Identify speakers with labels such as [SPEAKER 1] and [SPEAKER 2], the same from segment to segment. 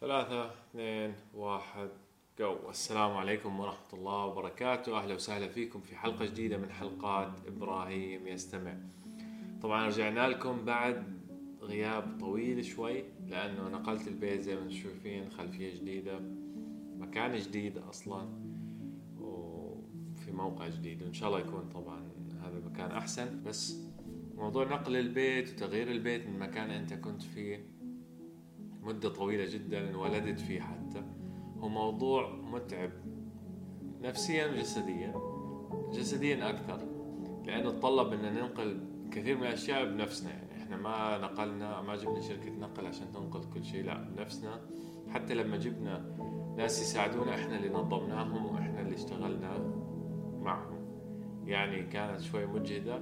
[SPEAKER 1] 3 2 1 جو. السلام عليكم ورحمة الله وبركاته. أهلا وسهلا فيكم في حلقة جديدة من حلقات إبراهيم يستمع. طبعا رجعنا لكم بعد غياب طويل شوي، لأنه نقلت البيت زي ما تشوفين، خلفية جديدة، مكان جديد أصلا، وفي موقع جديد، وإن شاء الله يكون طبعا هذا المكان أحسن. بس موضوع نقل البيت وتغيير البيت من مكان أنت كنت فيه مدة طويلة جدا ولدت فيه حتى، هو موضوع متعب نفسيا وجسديا، جسديا أكثر، لأنه تطلب أن ننقل كثير من الأشياء بنفسنا. يعني إحنا ما جبنا شركة نقل عشان تنقل كل شيء، لا، بنفسنا. حتى لما جبنا ناس يساعدونا، إحنا اللي نظمناهم وإحنا اللي اشتغلنا معهم. يعني كانت شوي مجهدة،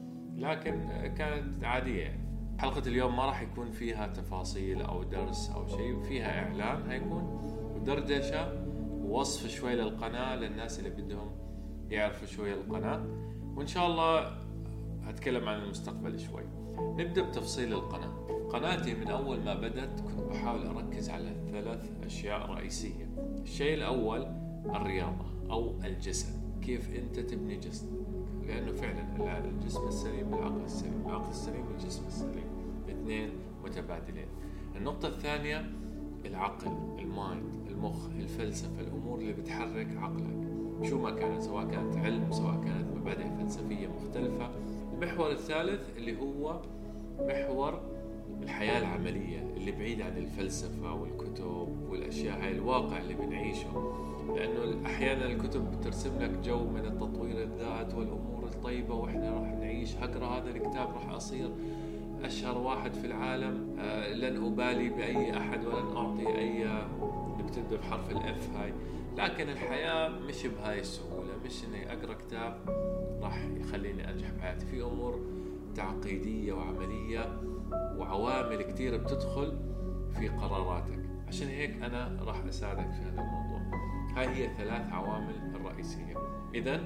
[SPEAKER 1] لكن كانت عادية. يعني حلقة اليوم ما راح يكون فيها تفاصيل أو درس أو شيء، فيها إعلان، هيكون دردشة ووصف شوي للقناة للناس اللي بدهم يعرفوا شوي القناة، وإن شاء الله هتكلم عن المستقبل شوي. نبدأ بتفصيل القناة. قناتي من أول ما بدأت كنت بحاول أركز على 3 أشياء رئيسية. الشيء الأول الرياضة أو الجسد، كيف أنت تبني جسدك، لأنه فعلا الجسم السليم بالعقل السليم، العقل السليم بالجسم السليم، الاثنين متبادلين. النقطة الثانية العقل، المايند، المخ، الفلسفة، الأمور اللي بتحرك عقلك شو ما كانت، سواء كانت علم، سواء كانت مبادئ فلسفية مختلفة. المحور الثالث اللي هو محور الحياة العملية، اللي بعيد عن الفلسفة والكتب والأشياء هاي، الواقع اللي بنعيشه. لأنه أحيانا الكتب بترسم لك جو من التطوير الذات والأمور الطيبة، وإحنا راح نعيش، هقرأ هذا الكتاب راح أصير أشهر واحد في العالم، لن أبالي بأي أحد ولن أعطي أي بتبدأ بحرف الإف هاي. لكن الحياة مش بهاي السهولة، مش إني أقرأ كتاب راح يخليني أنجح بحياتي. في أمور تعقيدية وعملية وعوامل كتير بتدخل في قراراتك، عشان هيك أنا راح أساعدك في هذا الموضوع. هاي هي 3 عوامل الرئيسية. إذن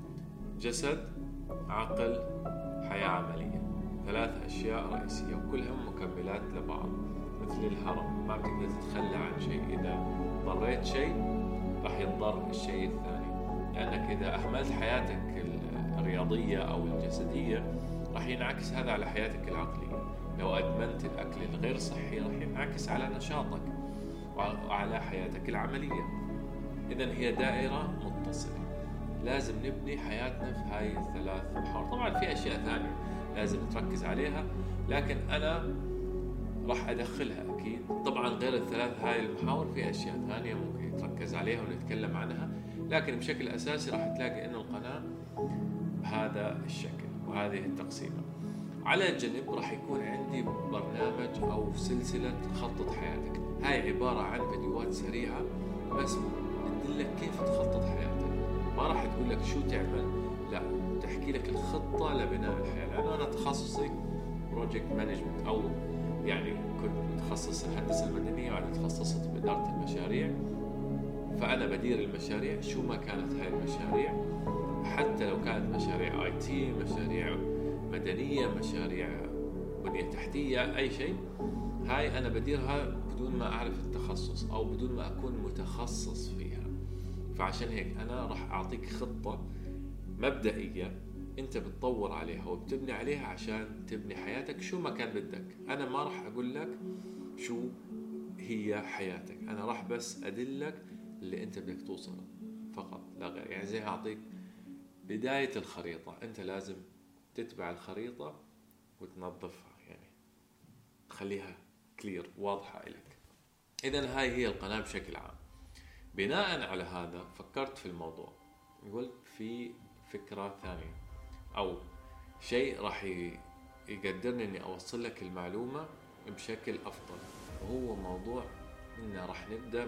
[SPEAKER 1] جسد، عقل، حياة عملية، 3 أشياء رئيسية وكلهم مكملات لبعض، مثل الهرم، ما بتقدر تتخلى عن شيء. إذا ضريت شيء راح ينضر الشيء الثاني، لأنك إذا أهملت حياتك الرياضية أو الجسدية راح ينعكس هذا على حياتك العقلية. لو أدمنت الأكل الغير صحي راح ينعكس على نشاطك وعلى حياتك العملية. إذن هي دائرة متصلة، لازم نبني حياتنا في هاي ال3 محاور. طبعا في أشياء ثانية لازم تركز عليها، لكن أنا راح أدخلها أكيد. طبعا غير ال3 هاي المحاور في أشياء ثانية ممكن تركز عليها ونتكلم عنها، لكن بشكل أساسي راح تلاقي إن القناة بهذا الشكل وهذه التقسيمة. على الجنب راح يكون عندي برنامج أو سلسلة خطط حياتك. هاي عبارة عن فيديوهات سريعة بس تدلك كيف تخطط حياتك، ما راح تقول لك شو تعمل، لا، تحكي لك الخطة لبناء الحياة. لأنه أنا تخصصي بروجكت مانجمنت، أو يعني كنت متخصص الهندسة المدنية وبعدين تخصصت بإدارة المشاريع، فأنا بدير المشاريع شو ما كانت هاي المشاريع، حتى لو كانت مشاريع اي تي، مشاريع مدنية، مشاريع بنية تحتية، أي شيء، هاي أنا بديرها بدون ما أعرف التخصص أو بدون ما أكون متخصص فيها. فعشان هيك أنا راح أعطيك خطة مبدئية أنت بتطور عليها وبتبني عليها عشان تبني حياتك شو ما كان بدك. أنا ما راح أقول لك شو هي حياتك، أنا راح بس أدلك اللي أنت بدك توصله فقط لا غير. يعني زي أعطيك بداية الخريطة، أنت لازم تتبع الخريطة وتنظفها، يعني تخليها كلير، واضحة إلك. إذن هاي هي القناة بشكل عام. بناء على هذا فكرت في الموضوع، قلت في فكرة ثانية أو شيء راح يقدرني أني أوصل لك المعلومة بشكل أفضل، وهو موضوع إننا راح نبدأ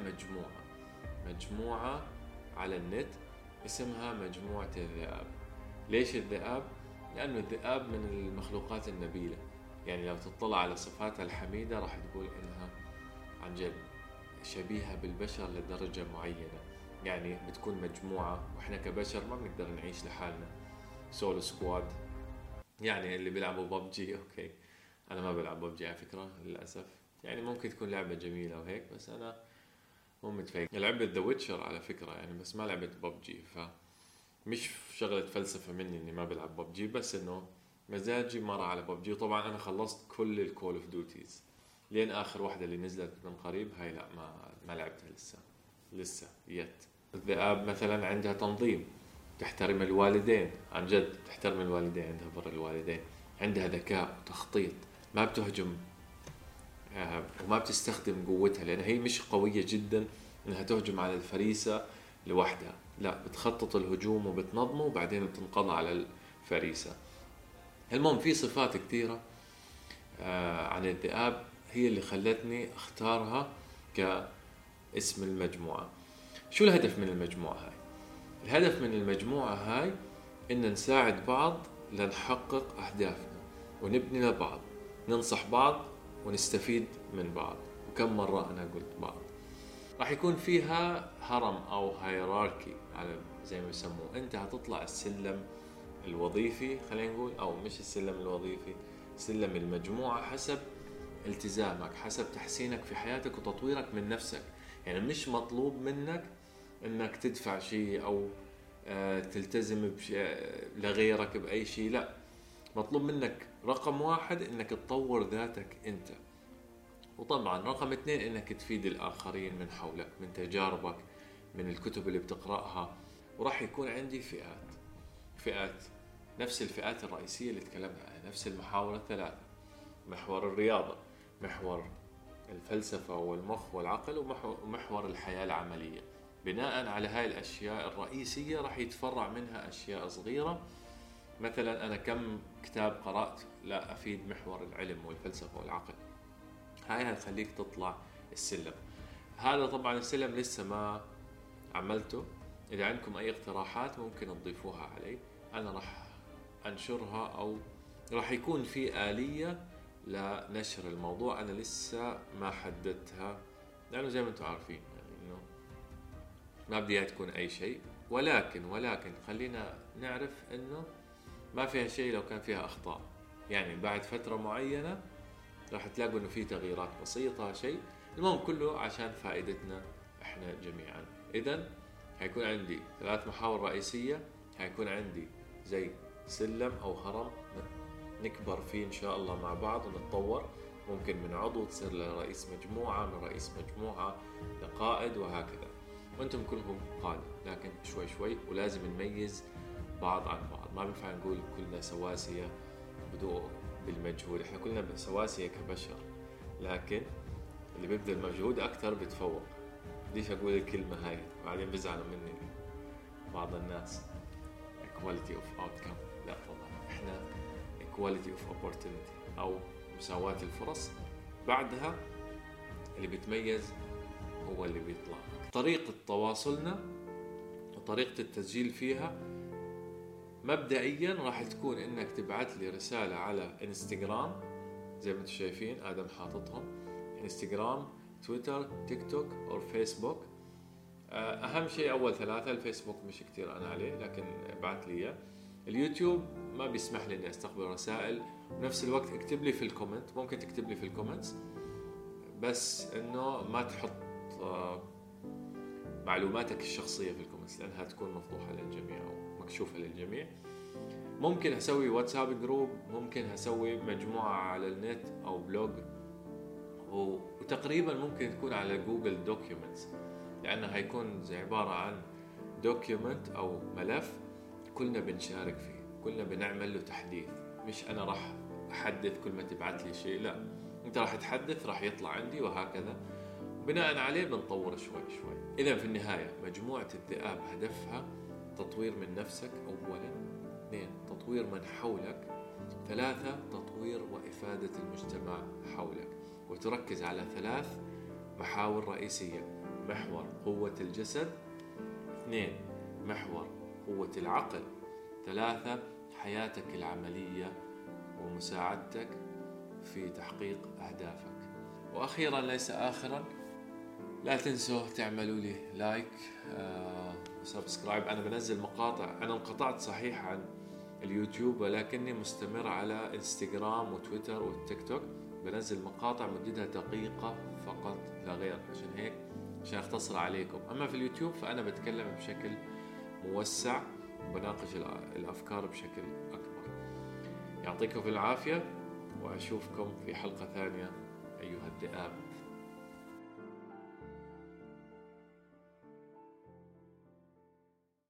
[SPEAKER 1] مجموعة على النت اسمها مجموعة الذئاب. ليش الذئاب؟ لأنه الذئاب من المخلوقات النبيلة، يعني لو تطلع على صفاتها الحميدة راح تقول إنها عن جد شبيهة بالبشر لدرجة معينة. يعني بتكون مجموعة، وإحنا كبشر ما بنقدر نعيش لحالنا، سولو سكواد. يعني اللي بيلعبوا ببجي، أوكي، أنا ما بلعب ببجي على فكرة للأسف، يعني ممكن تكون لعبة جميلة وهيك، بس أنا مو متفائل. لعبة ذا ويتشر على فكرة يعني، بس ما لعبة ببجي، فمش شغلة فلسفة مني إني ما بلعب ببجي، بس إنه مزاجي مرة على ببجي. طبعا أنا خلصت كل الكول اوف ديوتيز لين آخر واحدة اللي نزلت من قريب، هاي لا ما لعبتها لسه يت. الذئاب مثلا عندها تنظيم، تحترم الوالدين، عن جد تحترم الوالدين، عندها بر الوالدين، عندها ذكاء وتخطيط، ما بتهجم وما بتستخدم قوتها، لأن هي مش قوية جدا إنها تهجم على الفريسة لوحدها، لا بتخطط الهجوم وبتنظمه وبعدين بتنقضي على الفريسة. المهم في صفات كثيرة عن الذئاب هي اللي خلتني اختارها كاسم المجموعة. شو الهدف من المجموعة هاي؟ الهدف من المجموعة هاي إن نساعد بعض لنحقق أهدافنا، ونبني لبعض، ننصح بعض ونستفيد من بعض. وكم مرة أنا قلت بعض. راح يكون فيها هرم أو هيراركي على زي ما يسموه، أنت هتطلع السلم الوظيفي خلينا نقول، أو مش السلم الوظيفي، سلم المجموعة، حسب التزامك، حسب تحسينك في حياتك وتطويرك من نفسك. يعني مش مطلوب منك انك تدفع شيء او تلتزم لغيرك بأي شيء، لا، مطلوب منك رقم واحد انك تطور ذاتك انت، وطبعا رقم اثنين انك تفيد الاخرين من حولك، من تجاربك، من الكتب اللي بتقرأها. وراح يكون عندي فئات نفس الفئات الرئيسية اللي تكلمنا عنها، نفس المحاور الثلاثة: محور الرياضة، محور الفلسفة والمخ والعقل، ومحور الحياة العملية. بناء على هاي الأشياء الرئيسية راح يتفرع منها أشياء صغيرة. مثلا أنا كم كتاب قرأت لا أفيد محور العلم والفلسفة والعقل، هاي هتخليك تطلع السلم. هذا طبعا السلم لسه ما عملته، إذا عندكم أي اقتراحات ممكن تضيفوها علي، أنا راح أنشرها، أو راح يكون في آلية لنشر الموضوع، أنا لسه ما حددتها، لأنه زي ما أنتم عارفين يعني إنه ما بدي تكون أي شيء، ولكن خلينا نعرف إنه ما فيها شيء لو كان فيها أخطاء. يعني بعد فترة معينة راح تلاقوا إنه في تغييرات بسيطة شيء، المهم كله عشان فائدتنا إحنا جميعا. إذن هيكون عندي 3 محاور رئيسية، هيكون عندي زي سلم أو هرم نكبر فيه إن شاء الله مع بعض ونتطور، ممكن من عضو تصير لرئيس مجموعة، من رئيس مجموعة لقائد، وهكذا. وأنتم كلكم قادة، لكن شوي شوي، ولازم نميز بعض عن بعض. ما بينفع نقول كلنا سواسية بدو بالمجهود، احنا كلنا سواسية كبشر، لكن اللي بيبذل مجهود أكثر بيتفوق. ليش أقول الكلمة هاي؟ بعدين بيزعلوا مني بعض الناس. equality of outcome، لا طبعا احنا equality of opportunity أو مساواة الفرص. بعدها اللي بيتميز هو اللي بيطلع. طريقة تواصلنا وطريقة التسجيل فيها مبدئيا راح تكون انك تبعت لي رسالة على انستغرام زي ما انتم شايفين ادم حاططهم، انستغرام، تويتر، تيك توك او فيسبوك. اهم شيء اول 3، الفيسبوك مش كتير انا عليه، لكن ابعت لي اياه. اليوتيوب ما بيسمح لي اني استقبل رسائل، بنفس الوقت اكتب لي في الكومنت، ممكن تكتب لي في الكومنتس، بس انه ما تحط معلوماتك الشخصية في الكومنتس، لانها تكون مفضوحة للجميع او مكشوفة للجميع. ممكن اسوي واتساب جروب، ممكن اسوي مجموعة على النت او بلوج، وتقريبا ممكن تكون على جوجل دوكيومنتس، لانه هيكون زي عبارة عن دوكيومنت او ملف كلنا بنشارك فيه، كلنا بنعمل له تحديث. مش انا راح احدث كل ما تبعت لي شيء، لا، انت راح تحدث راح يطلع عندي، وهكذا بناء عليه بنطور شوي شوي. اذا في النهاية مجموعة الذئاب هدفها تطوير من نفسك اولا، 2 تطوير من حولك، 3 تطوير وإفادة المجتمع حولك، وتركز على 3 محاور رئيسية: محور قوة الجسد، 2 محور قوة العقل، 3 حياتك العملية ومساعدتك في تحقيق أهدافك. وأخيرا ليس آخرا، لا تنسوا تعملوا لي لايك وسبسكرايب. أنا بنزل مقاطع، أنا انقطعت صحيح عن اليوتيوب، ولكني مستمر على انستغرام وتويتر والتيك توك، بنزل مقاطع مدتها دقيقة فقط لا غير، عشان أختصر عليكم. أما في اليوتيوب فأنا بتكلم بشكل موسع وبناقش الأفكار بشكل أكبر. يعطيكم العافية، وأشوفكم في حلقة ثانية أيها الذئاب.